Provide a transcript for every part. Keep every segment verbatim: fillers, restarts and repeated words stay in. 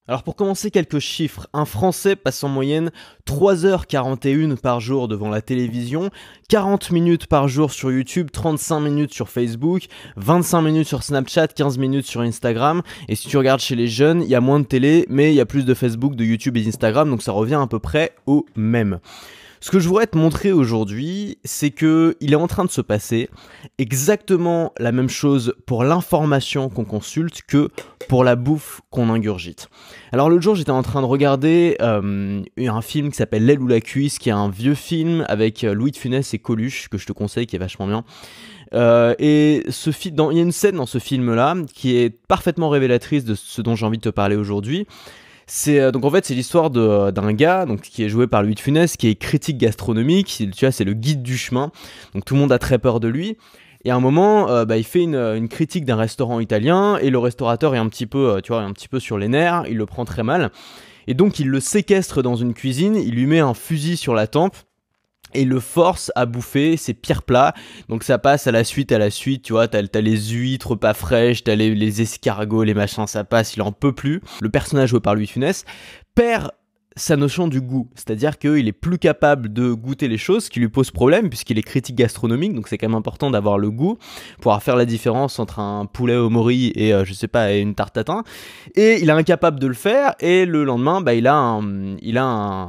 Alors pour commencer, quelques chiffres. Un Français passe en moyenne trois heures quarante-et-une par jour devant la télévision, quarante minutes par jour sur YouTube, trente-cinq minutes sur Facebook, vingt-cinq minutes sur Snapchat, quinze minutes sur Instagram. Et si tu regardes chez les jeunes, il y a moins de télé, mais il y a plus de Facebook, de YouTube et d'Instagram, donc ça revient à peu près au même. Ce que je voudrais te montrer aujourd'hui, c'est que il est en train de se passer exactement la même chose pour l'information qu'on consulte que pour la bouffe qu'on ingurgite. Alors l'autre jour, j'étais en train de regarder euh, un film qui s'appelle L'aile ou la cuisse, qui est un vieux film avec Louis de Funès et Coluche, que je te conseille, qui est vachement bien. Euh, et ce fi- dans, il y a une scène dans ce film-là qui est parfaitement révélatrice de ce dont j'ai envie de te parler aujourd'hui. C'est euh, donc en fait c'est l'histoire de, d'un gars donc qui est joué par Louis de Funès, qui est critique gastronomique. Tu vois, c'est le guide du chemin. Donc tout le monde a très peur de lui. Et à un moment, euh, bah, il fait une, une critique d'un restaurant italien et le restaurateur est un petit peu, euh, tu vois, un petit peu sur les nerfs. Il le prend très mal. Et donc il le séquestre dans une cuisine. Il lui met un fusil sur la tempe. Et il le force à bouffer ses pires plats. Donc ça passe à la suite, à la suite, tu vois, t'as, t'as les huîtres pas fraîches, t'as les, les escargots, les machins, ça passe, il en peut plus. Le personnage joué par Louis de Funès perd sa notion du goût, c'est-à-dire qu'il est plus capable de goûter les choses, ce qui lui pose problème puisqu'il est critique gastronomique, donc c'est quand même important d'avoir le goût pour pouvoir faire la différence entre un poulet au mori et euh, je sais pas, une tarte tatin. Et il est incapable de le faire et le lendemain, bah, il a un, il a un,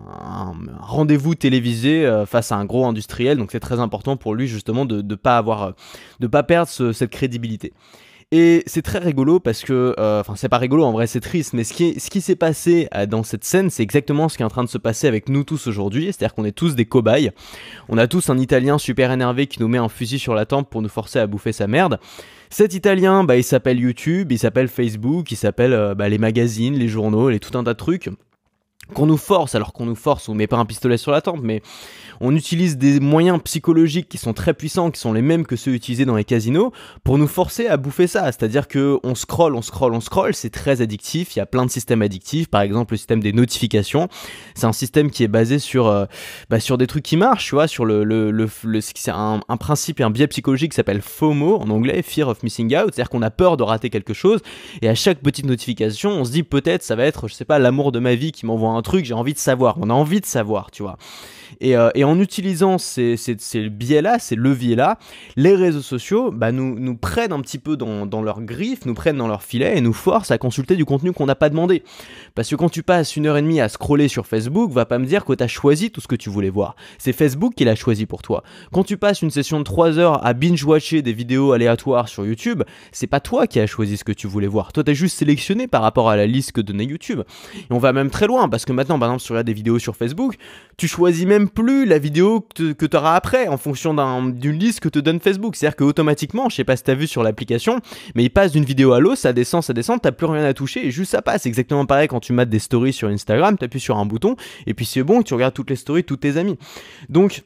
un rendez-vous télévisé euh, face à un gros industriel, donc c'est très important pour lui justement de de pas avoir, de pas perdre ce, cette crédibilité. Et c'est très rigolo parce que, enfin euh, c'est pas rigolo, en vrai c'est triste, mais ce qui, ce qui s'est passé euh, dans cette scène, c'est exactement ce qui est en train de se passer avec nous tous aujourd'hui, c'est-à-dire qu'on est tous des cobayes, on a tous un Italien super énervé qui nous met un fusil sur la tempe pour nous forcer à bouffer sa merde. Cet Italien, bah, il s'appelle YouTube, il s'appelle Facebook, il s'appelle euh, bah, les magazines, les journaux, les tout un tas de trucs qu'on nous force, alors qu'on nous force, on met pas un pistolet sur la tempe, mais on utilise des moyens psychologiques qui sont très puissants, qui sont les mêmes que ceux utilisés dans les casinos, pour nous forcer à bouffer ça. C'est-à-dire que on scrolle, on scrolle, on scrolle, c'est très addictif, il y a plein de systèmes addictifs, par exemple le système des notifications, c'est un système qui est basé sur, euh, bah, sur des trucs qui marchent, tu vois, sur le, le, le, le c'est un, un principe et un biais psychologique qui s'appelle FOMO, en anglais, Fear of Missing Out, c'est-à-dire qu'on a peur de rater quelque chose, et à chaque petite notification, on se dit peut-être ça va être, je sais pas, l'amour de ma vie qui m'envoie un un truc, j'ai envie de savoir, on a envie de savoir, tu vois. Et, euh, et en utilisant ces, ces, ces biais-là, ces leviers-là, les réseaux sociaux bah, nous, nous prennent un petit peu dans, dans leurs griffes, nous prennent dans leurs filets et nous forcent à consulter du contenu qu'on n'a pas demandé. Parce que quand tu passes une heure et demie à scroller sur Facebook, va pas me dire que tu as choisi tout ce que tu voulais voir. C'est Facebook qui l'a choisi pour toi. Quand tu passes une session de trois heures à binge-watcher des vidéos aléatoires sur YouTube, c'est pas toi qui as choisi ce que tu voulais voir. Toi, tu as juste sélectionné par rapport à la liste que donnait YouTube. Et on va même très loin, parce que maintenant, par exemple, si tu regardes des vidéos sur Facebook, tu choisis même plus la vidéo que tu auras après en fonction d'un, d'une liste que te donne Facebook. C'est-à-dire qu'automatiquement, je sais pas si tu as vu sur l'application, mais il passe d'une vidéo à l'autre, ça descend, ça descend, t'as plus rien à toucher et juste ça passe. C'est exactement pareil quand tu mates des stories sur Instagram, tu appuies sur un bouton et puis c'est bon, tu regardes toutes les stories de tous tes amis. Donc,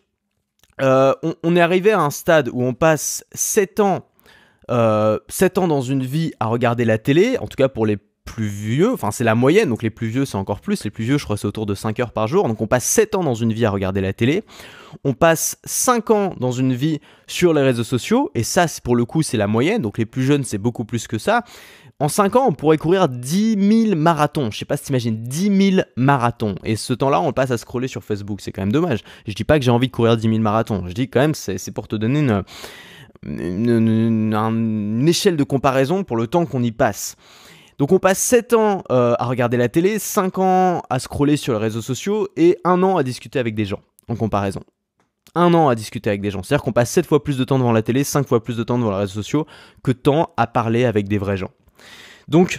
euh, on, on est arrivé à un stade où on passe sept ans, euh, sept ans dans une vie à regarder la télé, en tout cas pour les plus vieux, enfin c'est la moyenne, donc les plus vieux c'est encore plus, les plus vieux je crois c'est autour de cinq heures par jour, donc on passe sept ans dans une vie à regarder la télé, on passe cinq ans dans une vie sur les réseaux sociaux, et ça c'est, pour le coup c'est la moyenne, donc les plus jeunes c'est beaucoup plus que ça. En cinq ans on pourrait courir dix mille marathons, je sais pas si t'imagines, dix mille marathons, et ce temps-là on le passe à scroller sur Facebook, c'est quand même dommage. Je dis pas que j'ai envie de courir dix mille marathons, je dis quand même c'est, c'est pour te donner une, une, une, une, une échelle de comparaison pour le temps qu'on y passe. Donc on passe sept ans euh, à regarder la télé, cinq ans à scroller sur les réseaux sociaux et un an à discuter avec des gens, en comparaison. Un an à discuter avec des gens. C'est-à-dire qu'on passe sept fois plus de temps devant la télé, cinq fois plus de temps devant les réseaux sociaux que de temps à parler avec des vrais gens. Donc,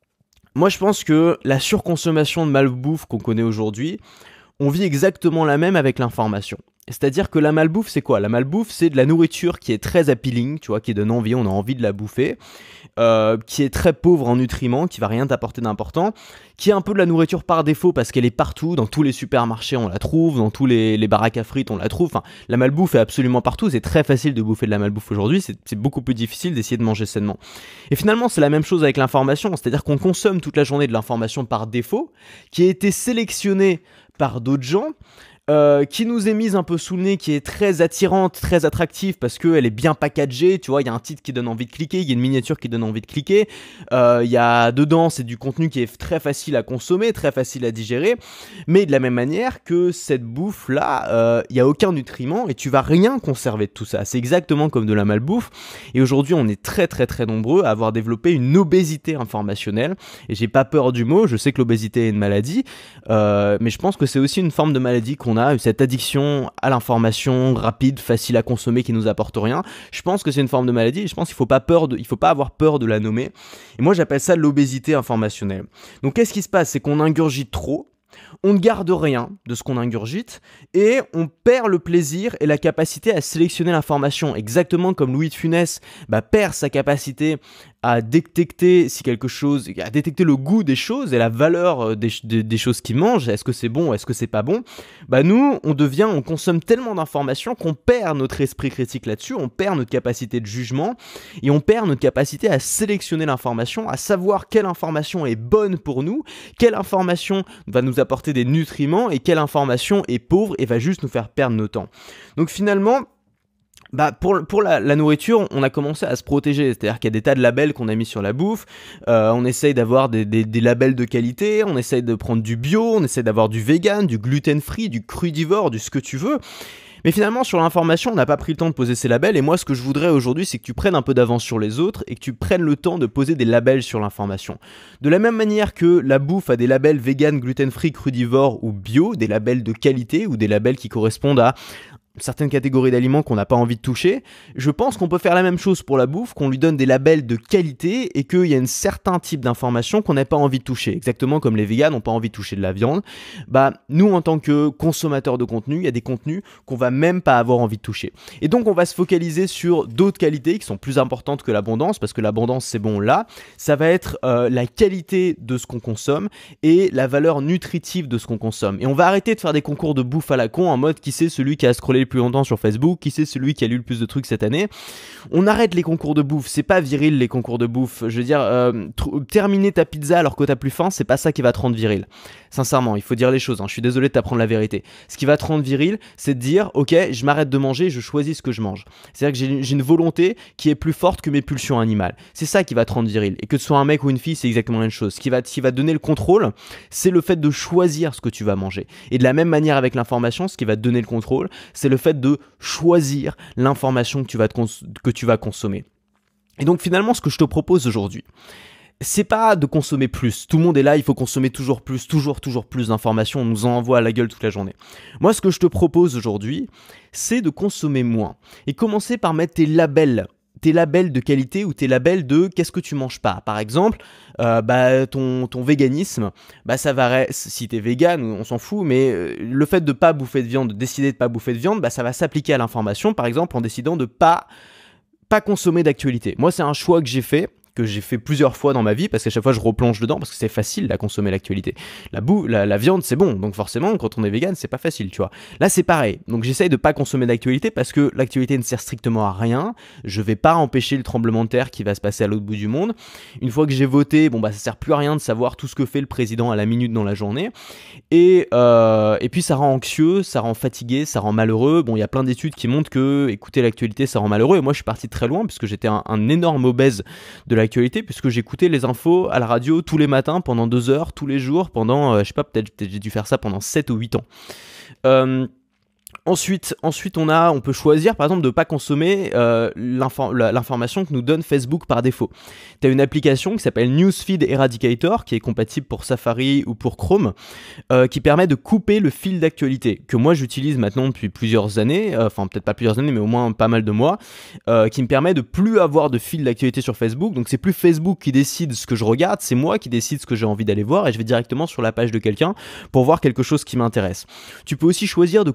moi je pense que la surconsommation de malbouffe qu'on connaît aujourd'hui, on vit exactement la même avec l'information. C'est-à-dire que la malbouffe, c'est quoi? La malbouffe, c'est de la nourriture qui est très appealing, tu vois, qui donne envie, on a envie de la bouffer, euh, qui est très pauvre en nutriments, qui va rien t'apporter d'important, qui est un peu de la nourriture par défaut parce qu'elle est partout, dans tous les supermarchés on la trouve, dans tous les, les baraques à frites on la trouve, enfin, la malbouffe est absolument partout, c'est très facile de bouffer de la malbouffe aujourd'hui, c'est, c'est beaucoup plus difficile d'essayer de manger sainement. Et finalement, c'est la même chose avec l'information, c'est-à-dire qu'on consomme toute la journée de l'information par défaut, qui a été sélectionnée par d'autres gens, euh, qui nous est mise un peu sous le nez, qui est très attirante, très attractive parce qu'elle est bien packagée, tu vois, il y a un titre qui donne envie de cliquer, il y a une miniature qui donne envie de cliquer, euh, il y a dedans, c'est du contenu qui est très facile à consommer, très facile à digérer, mais de la même manière que cette bouffe-là, euh, il n'y a aucun nutriment et tu vas rien conserver de tout ça. C'est exactement comme de la malbouffe. Et aujourd'hui, on est très très très nombreux à avoir développé une obésité informationnelle. Et j'ai pas peur du mot, je sais que l'obésité est une maladie, euh, mais je pense que c'est aussi une forme de maladie qu'on a, cette addiction à l'information rapide, facile à consommer, qui nous apporte rien. Je pense que c'est une forme de maladie et je pense qu'il faut pas peur de, il faut pas avoir peur de la nommer. Et moi, j'appelle ça l'obésité informationnelle. Donc, qu'est-ce qui se passe? C'est qu'on ingurgite trop. On ne garde rien de ce qu'on ingurgite et on perd le plaisir et la capacité à sélectionner l'information. Exactement comme Louis de Funès bah, perd sa capacité à détecter si quelque chose, à détecter le goût des choses et la valeur des, des, des choses qu'il mange. Est-ce que c'est bon, est-ce que c'est pas bon? Bah nous, on devient, on consomme tellement d'informations qu'on perd notre esprit critique là-dessus, on perd notre capacité de jugement et on perd notre capacité à sélectionner l'information, à savoir quelle information est bonne pour nous, quelle information va nous apporter des nutriments et quelle information est pauvre et va juste nous faire perdre nos temps. Donc finalement, bah pour, pour la, la nourriture, on a commencé à se protéger, c'est-à-dire qu'il y a des tas de labels qu'on a mis sur la bouffe, euh, on essaye d'avoir des, des, des labels de qualité, on essaye de prendre du bio, on essaye d'avoir du vegan, du gluten-free, du crudivore, du ce que tu veux. Mais finalement, sur l'information, on n'a pas pris le temps de poser ces labels. Et moi, ce que je voudrais aujourd'hui, c'est que tu prennes un peu d'avance sur les autres et que tu prennes le temps de poser des labels sur l'information. De la même manière que la bouffe a des labels vegan, gluten-free, crudivore ou bio, des labels de qualité ou des labels qui correspondent à certaines catégories d'aliments qu'on n'a pas envie de toucher, je pense qu'on peut faire la même chose pour la bouffe, qu'on lui donne des labels de qualité et qu'il y a un certain type d'informations qu'on n'a pas envie de toucher. Exactement comme les végans n'ont pas envie de toucher de la viande. Bah, nous, en tant que consommateurs de contenu, il y a des contenus qu'on va même pas avoir envie de toucher. Et donc, on va se focaliser sur d'autres qualités qui sont plus importantes que l'abondance, parce que l'abondance, c'est bon là. Ça va être euh, la qualité de ce qu'on consomme et la valeur nutritive de ce qu'on consomme. Et on va arrêter de faire des concours de bouffe à la con en mode qui c'est celui qui a scrollé le plus longtemps sur Facebook, qui c'est celui qui a lu le plus de trucs cette année. On arrête les concours de bouffe, c'est pas viril les concours de bouffe. Je veux dire, euh, terminer ta pizza alors que t'as plus faim, c'est pas ça qui va te rendre viril. Sincèrement, il faut dire les choses, hein. Je suis désolé de t'apprendre la vérité. Ce qui va te rendre viril, c'est de dire, ok, je m'arrête de manger, je choisis ce que je mange. C'est-à-dire que j'ai une volonté qui est plus forte que mes pulsions animales. C'est ça qui va te rendre viril. Et que tu sois un mec ou une fille, c'est exactement la même chose. Ce qui va, ce qui va te donner le contrôle, c'est le fait de choisir ce que tu vas manger. Et de la même manière avec l'information, ce qui va te donner le contrôle, c'est le fait de choisir l'information que tu vas te que tu vas consommer. Et donc finalement, ce que je te propose aujourd'hui, c'est pas de consommer plus. Tout le monde est là, il faut consommer toujours plus, toujours, toujours plus d'informations. On nous en envoie à la gueule toute la journée. Moi, ce que je te propose aujourd'hui, c'est de consommer moins. Et commencer par mettre tes labels. Tes labels de qualité ou tes labels de qu'est-ce que tu manges pas. Par exemple, euh, bah, ton, ton véganisme, bah, ça va, si t'es vegan, on s'en fout, mais euh, le fait de pas bouffer de viande, de décider de pas bouffer de viande, bah, ça va s'appliquer à l'information, par exemple, en décidant de pas, pas consommer d'actualité. Moi, c'est un choix que j'ai fait. que j'ai fait plusieurs fois dans ma vie, parce qu'à chaque fois je replonge dedans, parce que c'est facile à consommer l'actualité. La, boue, la, la viande c'est bon, donc forcément quand on est vegan c'est pas facile, tu vois. Là c'est pareil, donc j'essaye de pas consommer d'actualité parce que l'actualité ne sert strictement à rien, je vais pas empêcher le tremblement de terre qui va se passer à l'autre bout du monde. Une fois que j'ai voté, bon bah ça sert plus à rien de savoir tout ce que fait le président à la minute dans la journée, et, euh, et puis ça rend anxieux, ça rend fatigué, ça rend malheureux. Bon, il y a plein d'études qui montrent que écouter l'actualité ça rend malheureux, et moi je suis parti très loin puisque j'étais un, un énorme obèse de la l'actualité puisque j'écoutais les infos à la radio tous les matins pendant deux heures, tous les jours, pendant, euh, je sais pas, peut-être peut j'ai dû faire ça pendant sept ou huit ans. Euh, Ensuite, ensuite on, a, on peut choisir par exemple de ne pas consommer euh, l'information que nous donne Facebook par défaut. Tu as une application qui s'appelle Newsfeed Eradicator qui est compatible pour Safari ou pour Chrome euh, qui permet de couper le fil d'actualité que moi j'utilise maintenant depuis plusieurs années, euh, enfin peut-être pas plusieurs années mais au moins pas mal de mois, euh, qui me permet de plus avoir de fil d'actualité sur Facebook. Donc c'est plus Facebook qui décide ce que je regarde, c'est moi qui décide ce que j'ai envie d'aller voir et je vais directement sur la page de quelqu'un pour voir quelque chose qui m'intéresse. Tu peux aussi choisir de couper les commentaires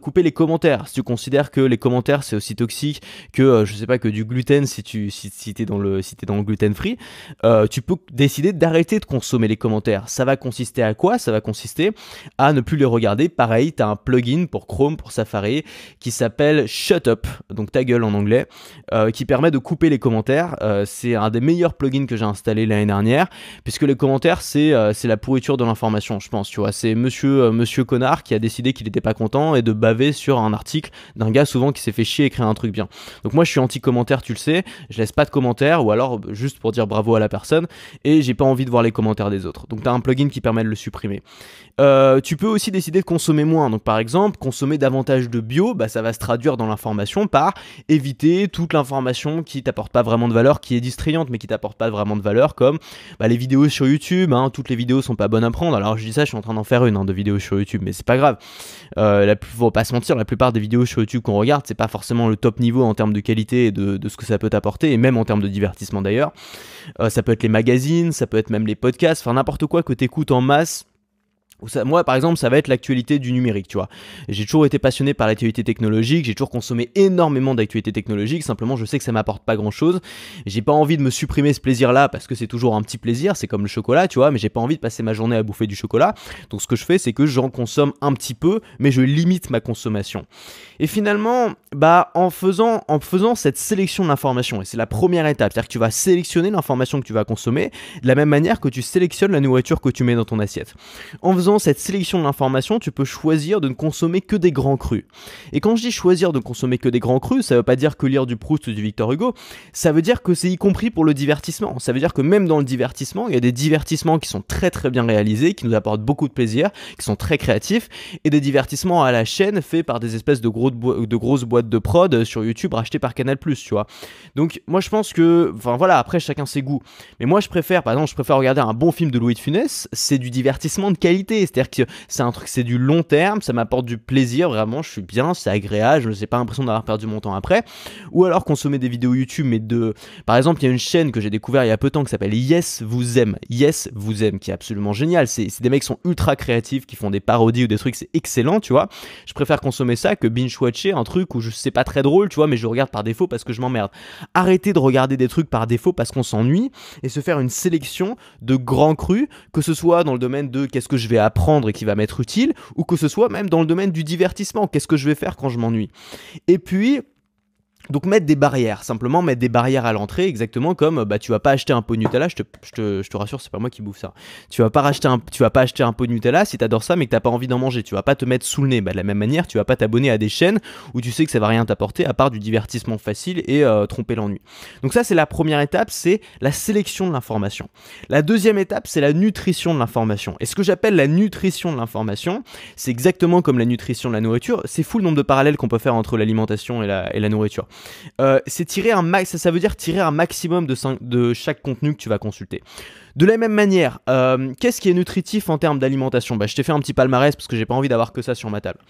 commentaires. Si tu considères que les commentaires c'est aussi toxique que, euh, je sais pas, que du gluten si tu si, si t'es dans le si t'es dans le gluten free, euh, tu peux décider d'arrêter de consommer les commentaires. Ça va consister à quoi? Ça va consister à ne plus les regarder. Pareil, tu as un plugin pour Chrome, pour Safari, qui s'appelle Shut Up, donc ta gueule en anglais, euh, qui permet de couper les commentaires. Euh, c'est un des meilleurs plugins que j'ai installé l'année dernière, puisque les commentaires c'est euh, c'est la pourriture de l'information, je pense. Tu vois, c'est Monsieur euh, Monsieur Connard qui a décidé qu'il n'était pas content et de baver sur un article d'un gars souvent qui s'est fait chier et écrire un truc bien. Donc moi je suis anti-commentaire, tu le sais, je laisse pas de commentaires ou alors juste pour dire bravo à la personne et j'ai pas envie de voir les commentaires des autres. Donc tu as un plugin qui permet de le supprimer. Euh, tu peux aussi décider de consommer moins. Donc par exemple, consommer davantage de bio, bah, ça va se traduire dans l'information par éviter toute l'information qui t'apporte pas vraiment de valeur, qui est distrayante mais qui t'apporte pas vraiment de valeur, comme bah, les vidéos sur YouTube. Hein, toutes les vidéos sont pas bonnes à prendre. Alors je dis ça, je suis en train d'en faire une hein, de vidéos sur YouTube, mais c'est pas grave. Euh, la, faut pas se mentir, la plupart des vidéos sur YouTube qu'on regarde, c'est pas forcément le top niveau en termes de qualité et de, de ce que ça peut t'apporter, et même en termes de divertissement d'ailleurs. Euh, ça peut être les magazines, ça peut être même les podcasts, enfin n'importe quoi que t'écoutes en masse. Ça, moi par exemple ça va être l'actualité du numérique, tu vois. J'ai toujours été passionné par l'actualité technologique, j'ai toujours consommé énormément d'actualité technologique, simplement je sais que ça m'apporte pas grand chose. J'ai pas envie de me supprimer ce plaisir là parce que c'est toujours un petit plaisir, c'est comme le chocolat, tu vois, mais j'ai pas envie de passer ma journée à bouffer du chocolat. Donc ce que je fais c'est que j'en consomme un petit peu, mais je limite ma consommation. Et finalement, bah en faisant, en faisant cette sélection d'informations, et c'est la première étape, c'est-à-dire que tu vas sélectionner l'information que tu vas consommer de la même manière que tu sélectionnes la nourriture que tu mets dans ton assiette. En faisant cette sélection de l'information, tu peux choisir de ne consommer que des grands crus. Et quand je dis choisir de ne consommer que des grands crus, ça veut pas dire que lire du Proust ou du Victor Hugo, ça veut dire que c'est y compris pour le divertissement. Ça veut dire que même dans le divertissement, il y a des divertissements qui sont très très bien réalisés, qui nous apportent beaucoup de plaisir, qui sont très créatifs, et des divertissements à la chaîne faits par des espèces de, gros de grosses boîtes de prod sur YouTube rachetées par Canal plus, tu vois. Donc moi je pense que, enfin voilà, après chacun ses goûts. Mais moi je préfère, par exemple, je préfère regarder un bon film de Louis de Funès, c'est du divertissement de qualité. C'est-à-dire que c'est un truc, c'est du long terme, ça m'apporte du plaisir, vraiment, je suis bien, c'est agréable, je n'ai pas l'impression d'avoir perdu mon temps après. Ou alors consommer des vidéos YouTube, mais de... Par exemple, il y a une chaîne que j'ai découvert il y a peu de temps qui s'appelle Yes Vous Aime, Yes Vous Aime, qui est absolument génial. C'est des mecs qui sont ultra créatifs, qui font des parodies ou des trucs, c'est excellent, tu vois. Je préfère consommer ça que binge-watcher un truc où je sais pas très drôle, tu vois, mais je regarde par défaut parce que je m'emmerde. Arrêtez de regarder des trucs par défaut parce qu'on s'ennuie et se faire une sélection de grands crus, que ce soit dans le domaine de qu'est-ce que je vais apprendre et qui va m'être utile, ou que ce soit même dans le domaine du divertissement, qu'est-ce que je vais faire quand je m'ennuie. Et puis donc mettre des barrières, simplement mettre des barrières à l'entrée, exactement comme bah tu vas pas acheter un pot de Nutella, je te, je te, je te rassure, c'est pas moi qui bouffe ça. Tu vas pas racheter un, tu vas pas acheter un pot de Nutella si t'adores ça mais que t'as pas envie d'en manger. Tu vas pas te mettre sous le nez. Bah de la même manière, tu vas pas t'abonner à des chaînes où tu sais que ça va rien t'apporter à part du divertissement facile et euh, tromper l'ennui. Donc ça c'est la première étape, c'est la sélection de l'information. La deuxième étape c'est la nutrition de l'information. Et ce que j'appelle la nutrition de l'information, c'est exactement comme la nutrition de la nourriture. C'est fou le nombre de parallèles qu'on peut faire entre l'alimentation et la, et la nourriture. Euh, c'est tirer un max, ça, ça veut dire tirer un maximum de, de chaque contenu que tu vas consulter. De la même manière, euh, qu'est-ce qui est nutritif en termes d'alimentation? Bah, je t'ai fait un petit palmarès parce que j'ai pas envie d'avoir que ça sur ma table.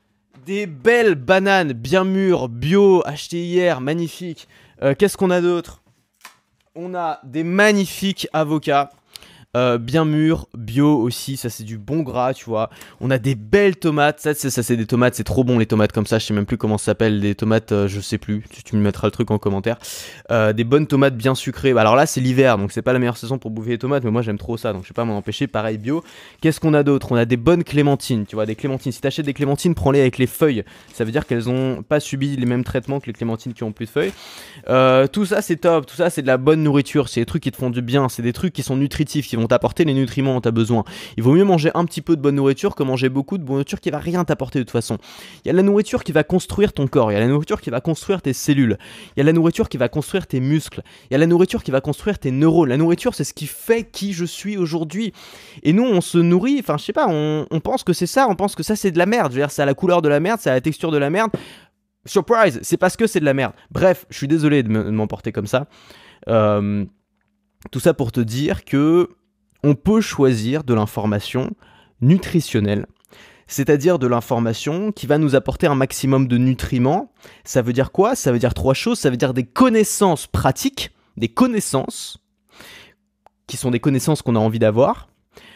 Des belles bananes bien mûres, bio, achetées hier, magnifiques. Euh, qu'est-ce qu'on a d'autre? On a des magnifiques avocats. Euh, bien mûr, bio aussi, ça c'est du bon gras, tu vois. On a des belles tomates, ça c'est ça, c'est des tomates, c'est trop bon les tomates comme ça, je sais même plus comment ça s'appelle, des tomates, euh, je sais plus, tu, tu me mettras le truc en commentaire. Euh, des bonnes tomates bien sucrées, alors là c'est l'hiver, donc c'est pas la meilleure saison pour bouffer les tomates, mais moi j'aime trop ça, donc je vais pas m'en empêcher, pareil bio. Qu'est-ce qu'on a d'autre? On a des bonnes clémentines, tu vois, des clémentines, si t'achètes des clémentines, prends-les avec les feuilles, ça veut dire qu'elles ont pas subi les mêmes traitements que les clémentines qui ont plus de feuilles. Euh, tout ça c'est top, tout ça c'est de la bonne nourriture, c'est des trucs qui te font du bien, c'est des trucs qui sont nutritifs, qui vont t'apporter les nutriments dont tu as besoin. Il vaut mieux manger un petit peu de bonne nourriture que manger beaucoup de bonne nourriture qui va rien t'apporter de toute façon. Il y a la nourriture qui va construire ton corps, il y a la nourriture qui va construire tes cellules, il y a la nourriture qui va construire tes muscles, il y a la nourriture qui va construire tes neurones. La nourriture c'est ce qui fait qui je suis aujourd'hui. Et nous on se nourrit, enfin je sais pas, on, on pense que c'est ça, on pense que ça c'est de la merde, je veux dire ça a la couleur de la merde, ça a la texture de la merde. Surprise, c'est parce que c'est de la merde. Bref, je suis désolé de m'emporter comme ça. Euh, tout ça pour te dire que on peut choisir de l'information nutritionnelle, c'est-à-dire de l'information qui va nous apporter un maximum de nutriments. Ça veut dire quoi? Ça veut dire trois choses. Ça veut dire des connaissances pratiques, des connaissances qui sont des connaissances qu'on a envie d'avoir.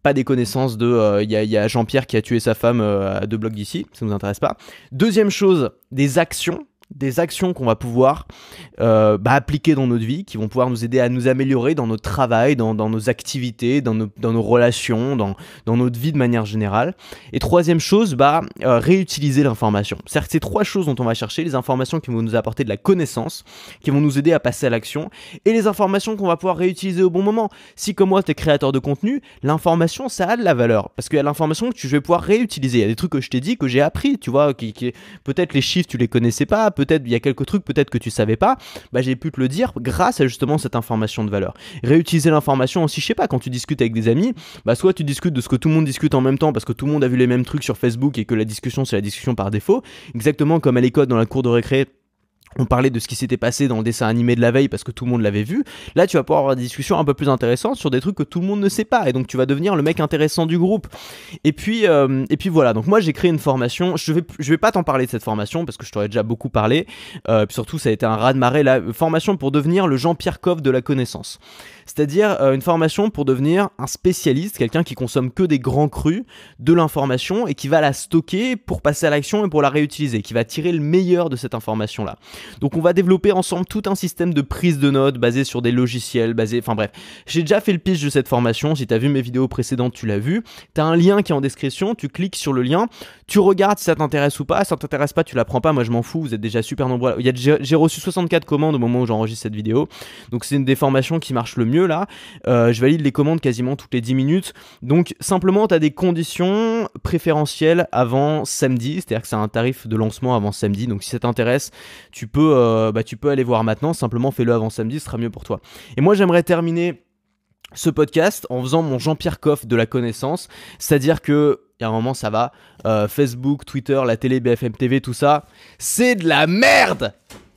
pas des connaissances de il euh, y, y a Jean-Pierre qui a tué sa femme euh, à deux blocs d'ici, ça nous intéresse pas. Deuxième chose, des actions. Des actions qu'on va pouvoir euh, bah, appliquer dans notre vie, qui vont pouvoir nous aider à nous améliorer dans notre travail, dans, dans nos activités, dans nos, dans nos relations, dans, dans notre vie de manière générale. Et troisième chose, bah, euh, réutiliser l'information. C'est-à-dire que c'est trois choses dont on va chercher, les informations qui vont nous apporter de la connaissance, qui vont nous aider à passer à l'action, et les informations qu'on va pouvoir réutiliser au bon moment. Si comme moi, tu es créateur de contenu, l'information, ça a de la valeur, parce qu'il y a l'information que tu vas pouvoir réutiliser. Il y a des trucs que je t'ai dit, que j'ai appris, tu vois, qui, qui, peut-être les chiffres, tu les connaissais pas, peut-être il y a quelques trucs peut-être que tu savais pas, bah j'ai pu te le dire grâce à justement cette information de valeur. Réutiliser l'information aussi, je sais pas, quand tu discutes avec des amis, bah soit tu discutes de ce que tout le monde discute en même temps parce que tout le monde a vu les mêmes trucs sur Facebook et que la discussion c'est la discussion par défaut, exactement comme à l'école dans la cour de récré. On parlait de ce qui s'était passé dans le dessin animé de la veille parce que tout le monde l'avait vu. Là, tu vas pouvoir avoir des discussions un peu plus intéressantes sur des trucs que tout le monde ne sait pas. Et donc, tu vas devenir le mec intéressant du groupe. Et puis, euh, et puis voilà. Donc, moi, j'ai créé une formation. Je vais, je vais pas t'en parler de cette formation parce que je t'aurais déjà beaucoup parlé. Euh, puis surtout, ça a été un raz-de-marée. La formation pour devenir le Jean-Pierre Coff de la connaissance. C'est-à-dire euh, une formation pour devenir un spécialiste, quelqu'un qui consomme que des grands crus de l'information et qui va la stocker pour passer à l'action et pour la réutiliser, qui va tirer le meilleur de cette information-là. Donc on va développer ensemble tout un système de prise de notes basé sur des logiciels, basé, enfin bref. J'ai déjà fait le pitch de cette formation, si tu as vu mes vidéos précédentes, tu l'as vu. Tu as un lien qui est en description, tu cliques sur le lien, tu regardes si ça t'intéresse ou pas, si ça t'intéresse pas, tu la prends pas, moi je m'en fous, vous êtes déjà super nombreux. Il y a, j'ai reçu soixante-quatre commandes au moment où j'enregistre cette vidéo, donc c'est une des formations qui marche le mieux là. Euh, je valide les commandes quasiment toutes les dix minutes, donc simplement tu as des conditions préférentielles avant samedi, c'est-à-dire que c'est un tarif de lancement avant samedi, donc si ça t'intéresse, tu peux, euh, bah, tu peux aller voir maintenant, simplement fais-le avant samedi, ce sera mieux pour toi. Et moi j'aimerais terminer ce podcast en faisant mon Jean-Pierre Coff de la connaissance, c'est-à-dire que il y a un moment ça va, euh, Facebook, Twitter, la télé, B F M T V, tout ça, c'est de la merde!